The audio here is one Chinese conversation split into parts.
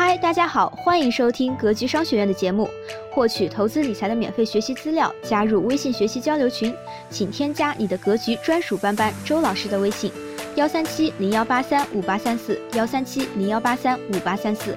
嗨，大家好，欢迎收听格局商学院的节目，获取投资理财的免费学习资料，加入微信学习交流群，请添加你的格局专属班班周老师的微信13701835834，13701835834。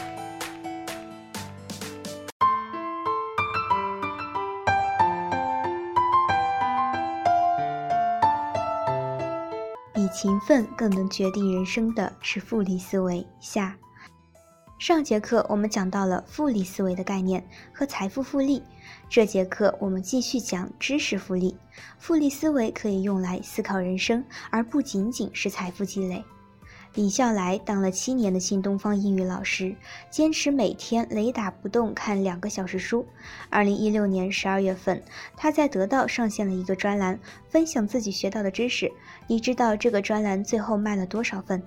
比勤奋更能决定人生的是复利思维下。上节课我们讲到了复利思维的概念和财富复利，这节课我们继续讲知识复利。复利思维可以用来思考人生，而不仅仅是财富积累。李笑来当了7年的新东方英语老师，坚持每天雷打不动看2个小时书。2016年12月份，他在得到上线了一个专栏，分享自己学到的知识。你知道这个专栏最后卖了多少份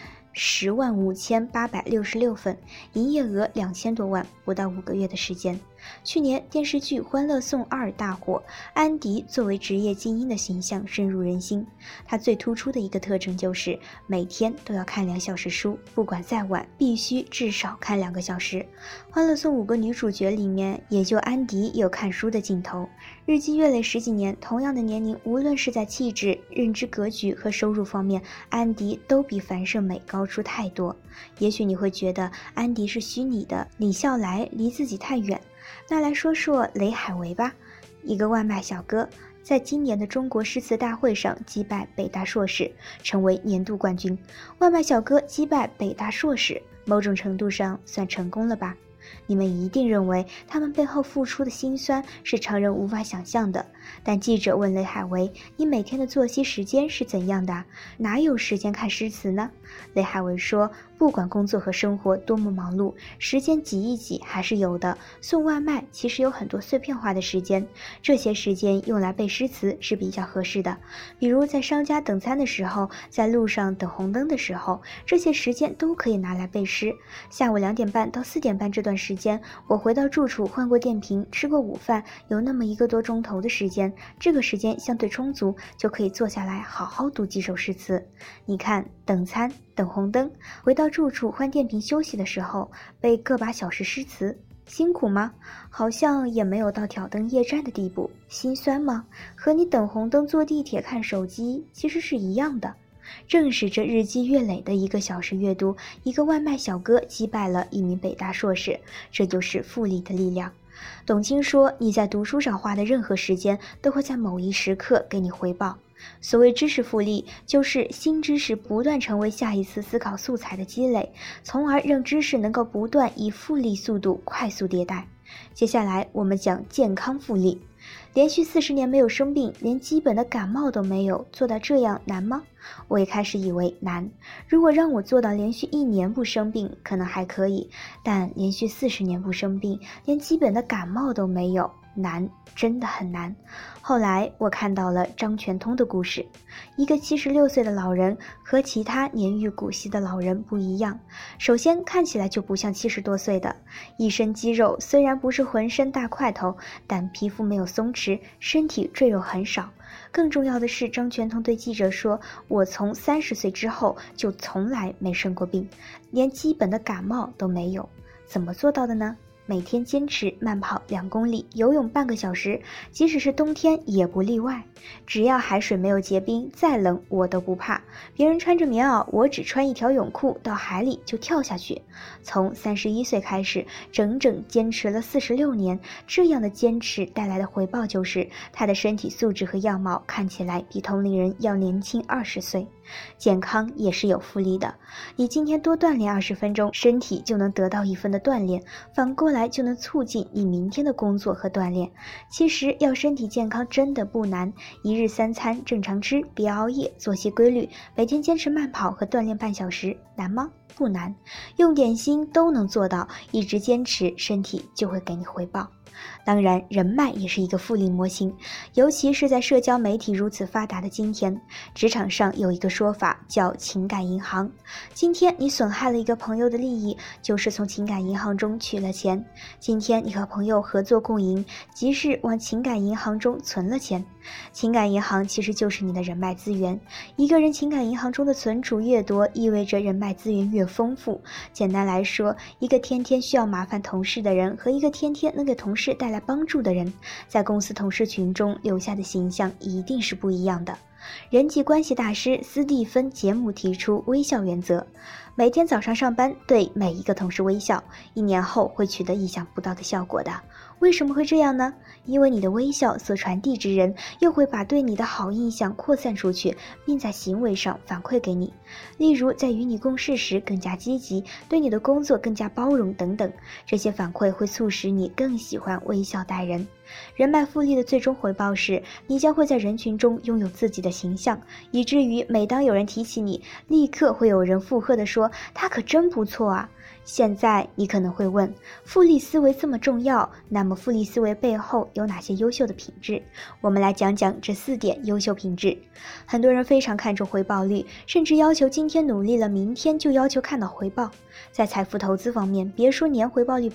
？105866份，营业额2000多万，不到5个月的时间。去年电视剧《欢乐颂2》大火，安迪作为职业精英的形象深入人心。他最突出的一个特征就是每天都要看2小时书，不管再晚，必须至少看2个小时。欢乐颂5个女主角里面，也就安迪有看书的镜头。日积月累10几年，同样的年龄，无论是在气质、认知格局和收入方面，安迪都比樊胜美高出太多。也许你会觉得安迪是虚拟的，李笑来离自己太远。那来说说雷海为吧，一个外卖小哥，在今年的中国诗词大会上击败北大硕士，成为年度冠军。外卖小哥击败北大硕士，某种程度上算成功了吧？你们一定认为他们背后付出的辛酸是常人无法想象的，但记者问雷海为，你每天的作息时间是怎样的？哪有时间看诗词呢？雷海为说，不管工作和生活多么忙碌，时间挤一挤还是有的。送外卖其实有很多碎片化的时间，这些时间用来背诗词是比较合适的。比如在商家等餐的时候，在路上等红灯的时候，这些时间都可以拿来背诗。下午2点半到4点半这段时间，我回到住处换过电瓶，吃过午饭，有那么1个多钟头的时间，这个时间相对充足，就可以坐下来好好读几首诗词。你看，等餐、等红灯，回到住处换电瓶休息的时候，背个把小时诗词，辛苦吗？好像也没有到挑灯夜战的地步。心酸吗？和你等红灯坐地铁看手机其实是一样的。正是这日积月累的1个小时阅读，一个外卖小哥击败了一名北大硕士，这就是复利的力量。董卿说，你在读书上花的任何时间都会在某一时刻给你回报。所谓知识复利，就是新知识不断成为下一次思考素材的积累，从而让知识能够不断以复利速度快速迭代。接下来我们讲健康复利。连续40年没有生病，连基本的感冒都没有，做到这样难吗？我一开始以为难，如果让我做到连续1年不生病，可能还可以，但连续40年不生病，连基本的感冒都没有，难，真的很难。后来我看到了张全通的故事，一个76岁的老人和其他年逾古稀的老人不一样，首先看起来就不像70多岁的，一身肌肉，虽然不是浑身大块头，但皮肤没有松弛，身体赘肉很少。更重要的是，张全通对记者说，我从30岁之后就从来没生过病，连基本的感冒都没有。怎么做到的呢？每天坚持慢跑2公里，游泳半个小时，即使是冬天也不例外。只要海水没有结冰，再冷我都不怕。别人穿着棉袄，我只穿一条泳裤，到海里就跳下去。从31岁开始，整整坚持了46年。这样的坚持带来的回报就是，他的身体素质和样貌看起来比同龄人要年轻20岁。健康也是有复利的，你今天多锻炼20分钟，身体就能得到1分的锻炼，反过来就能促进你明天的工作和锻炼。其实要身体健康真的不难，1日3餐正常吃，别熬夜，作息规律，每天坚持慢跑和锻炼半小时，难吗？不难，用点心都能做到，一直坚持，身体就会给你回报。当然，人脉也是一个复利模型，尤其是在社交媒体如此发达的今天。职场上有一个说法叫情感银行，今天你损害了一个朋友的利益，就是从情感银行中取了钱。今天你和朋友合作共赢，即是往情感银行中存了钱。 情感银行其实就是你的人脉资源，一个人情感银行中的存储越多，意味着人脉资源越丰富。简单来说，一个天天需要麻烦同事的人和一个天天能给同事带来帮助的人，在公司同事群中留下的形象一定是不一样的。人际关系大师斯蒂芬·杰姆提出微笑原则，每天早上上班对每一个同事微笑，1年后会取得意想不到的效果的。为什么会这样呢？因为你的微笑所传递之人，又会把对你的好印象扩散出去，并在行为上反馈给你。例如，在与你共事时更加积极，对你的工作更加包容等等，这些反馈会促使你更喜欢微笑待人。人脉复利的最终回报是，你将会在人群中拥有自己的形象，以至于每当有人提起你，立刻会有人附和地说，他可真不错啊。现在你可能会问，复利思维这么重要，那么复利思维背后有哪些优秀的品质？我们来讲讲这4点优秀品质。很多人非常看重回报率，甚至要求今天努力了，明天就要求看到回报。在财富投资方面，别说年回报率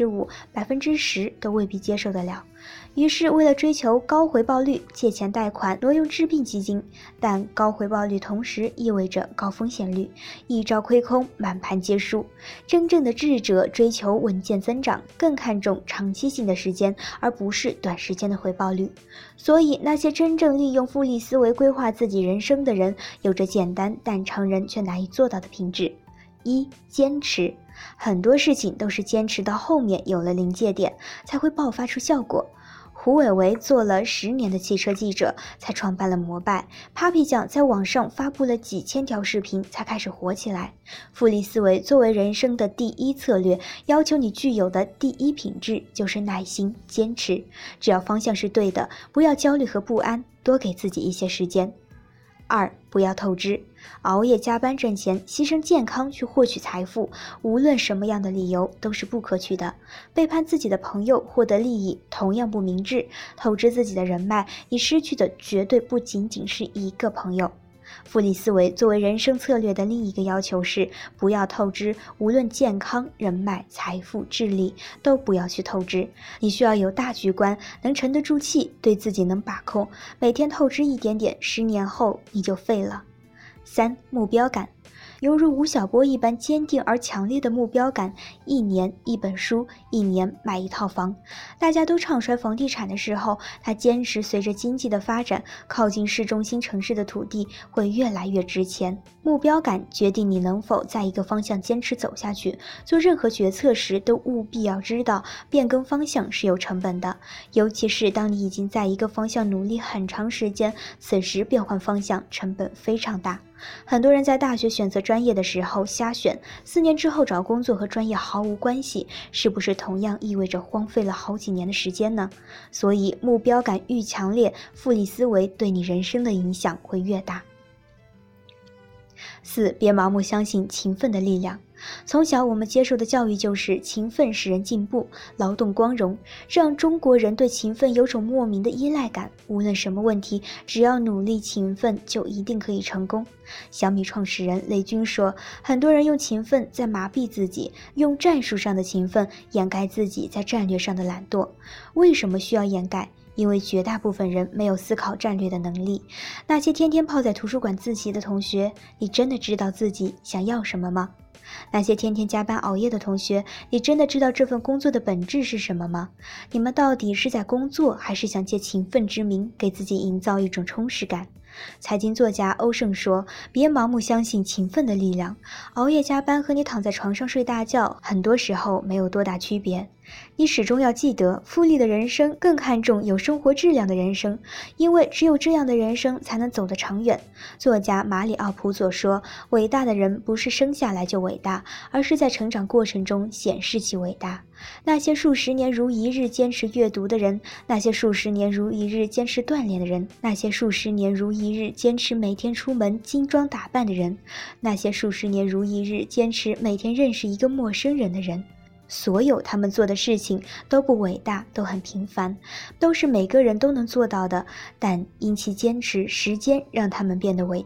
5%、10%都未必接受得了。于是为了追求高回报率，借钱贷款，挪用治病基金，但高回报率同时意味着高风险率，一朝亏空，满盘皆输。真正的智者追求稳健增长，更看重长期性的时间，而不是短时间的回报率。所以那些真正利用复利思维规划自己人生的人，有着简单但常人却难以做到的品质。1. 坚持。很多事情都是坚持到后面有了临界点，才会爆发出效果。胡伟为做了10年的汽车记者，才创办了摩拜。Papi 酱在网上发布了几千条视频，才开始火起来。复利思维作为人生的第一策略，要求你具有的第一品质就是耐心、坚持。只要方向是对的，不要焦虑和不安，多给自己一些时间。2. 不要透支，熬夜加班挣钱，牺牲健康去获取财富，无论什么样的理由都是不可取的。背叛自己的朋友获得利益同样不明智，透支自己的人脉，你失去的绝对不仅仅是一个朋友。复利思维作为人生策略的另一个要求是，不要透支，无论健康、人脉、财富、智力，都不要去透支。你需要有大局观，能沉得住气，对自己能把控，每天透支一点点，10年后你就废了。3. 目标感。犹如吴晓波一般坚定而强烈的目标感，1年1本书，1年买1套房。大家都唱衰房地产的时候，他坚持随着经济的发展，靠近市中心城市的土地会越来越值钱。目标感决定你能否在一个方向坚持走下去。做任何决策时都务必要知道，变更方向是有成本的，尤其是当你已经在一个方向努力很长时间，此时变换方向成本非常大。很多人在大学选择专业的时候瞎选，4年之后找工作和专业毫无关系，是不是同样意味着荒废了好几年的时间呢？所以目标感愈强烈，复利思维对你人生的影响会越大。4. 别盲目相信勤奋的力量。从小我们接受的教育就是勤奋使人进步，劳动光荣，让中国人对勤奋有种莫名的依赖感，无论什么问题，只要努力勤奋就一定可以成功。小米创始人雷军说，很多人用勤奋在麻痹自己，用战术上的勤奋掩盖自己在战略上的懒惰。为什么需要掩盖？因为绝大部分人没有思考战略的能力。那些天天泡在图书馆自习的同学，你真的知道自己想要什么吗？那些天天加班熬夜的同学，你真的知道这份工作的本质是什么吗？你们到底是在工作，还是想借勤奋之名给自己营造一种充实感？财经作家欧胜说，别盲目相信勤奋的力量，熬夜加班和你躺在床上睡大觉，很多时候没有多大区别。你始终要记得，复利的人生更看重有生活质量的人生，因为只有这样的人生才能走得长远。作家马里奥普佐说，伟大的人不是生下来就伟大，而是在成长过程中显示其伟大。那些数十年如一日坚持阅读的人，那些数十年如一日坚持锻炼的人，那些数十年如一日坚持每天出门精装打扮的人，那些数十年如一日坚持每天认识一个陌生人的人，所有他们做的事情都不伟大，都很平凡，都是每个人都能做到的，但因其坚持，时间让他们变得伟大。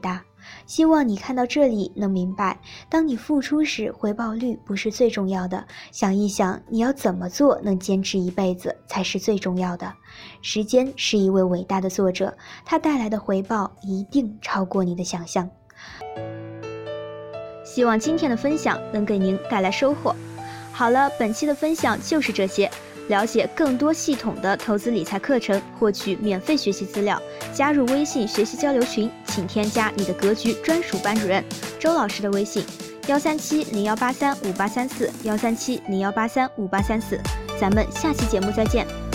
希望你看到这里能明白，当你付出时，回报率不是最重要的，想一想你要怎么做能坚持一辈子才是最重要的。时间是一位伟大的作者，他带来的回报一定超过你的想象。 希望今天的分享能给您带来收获。好了，本期的分享就是这些。了解更多系统的投资理财课程，获取免费学习资料，加入微信学习交流群，请添加你的格局专属班主任周老师的微信：13701835834，13701835834。咱们下期节目再见。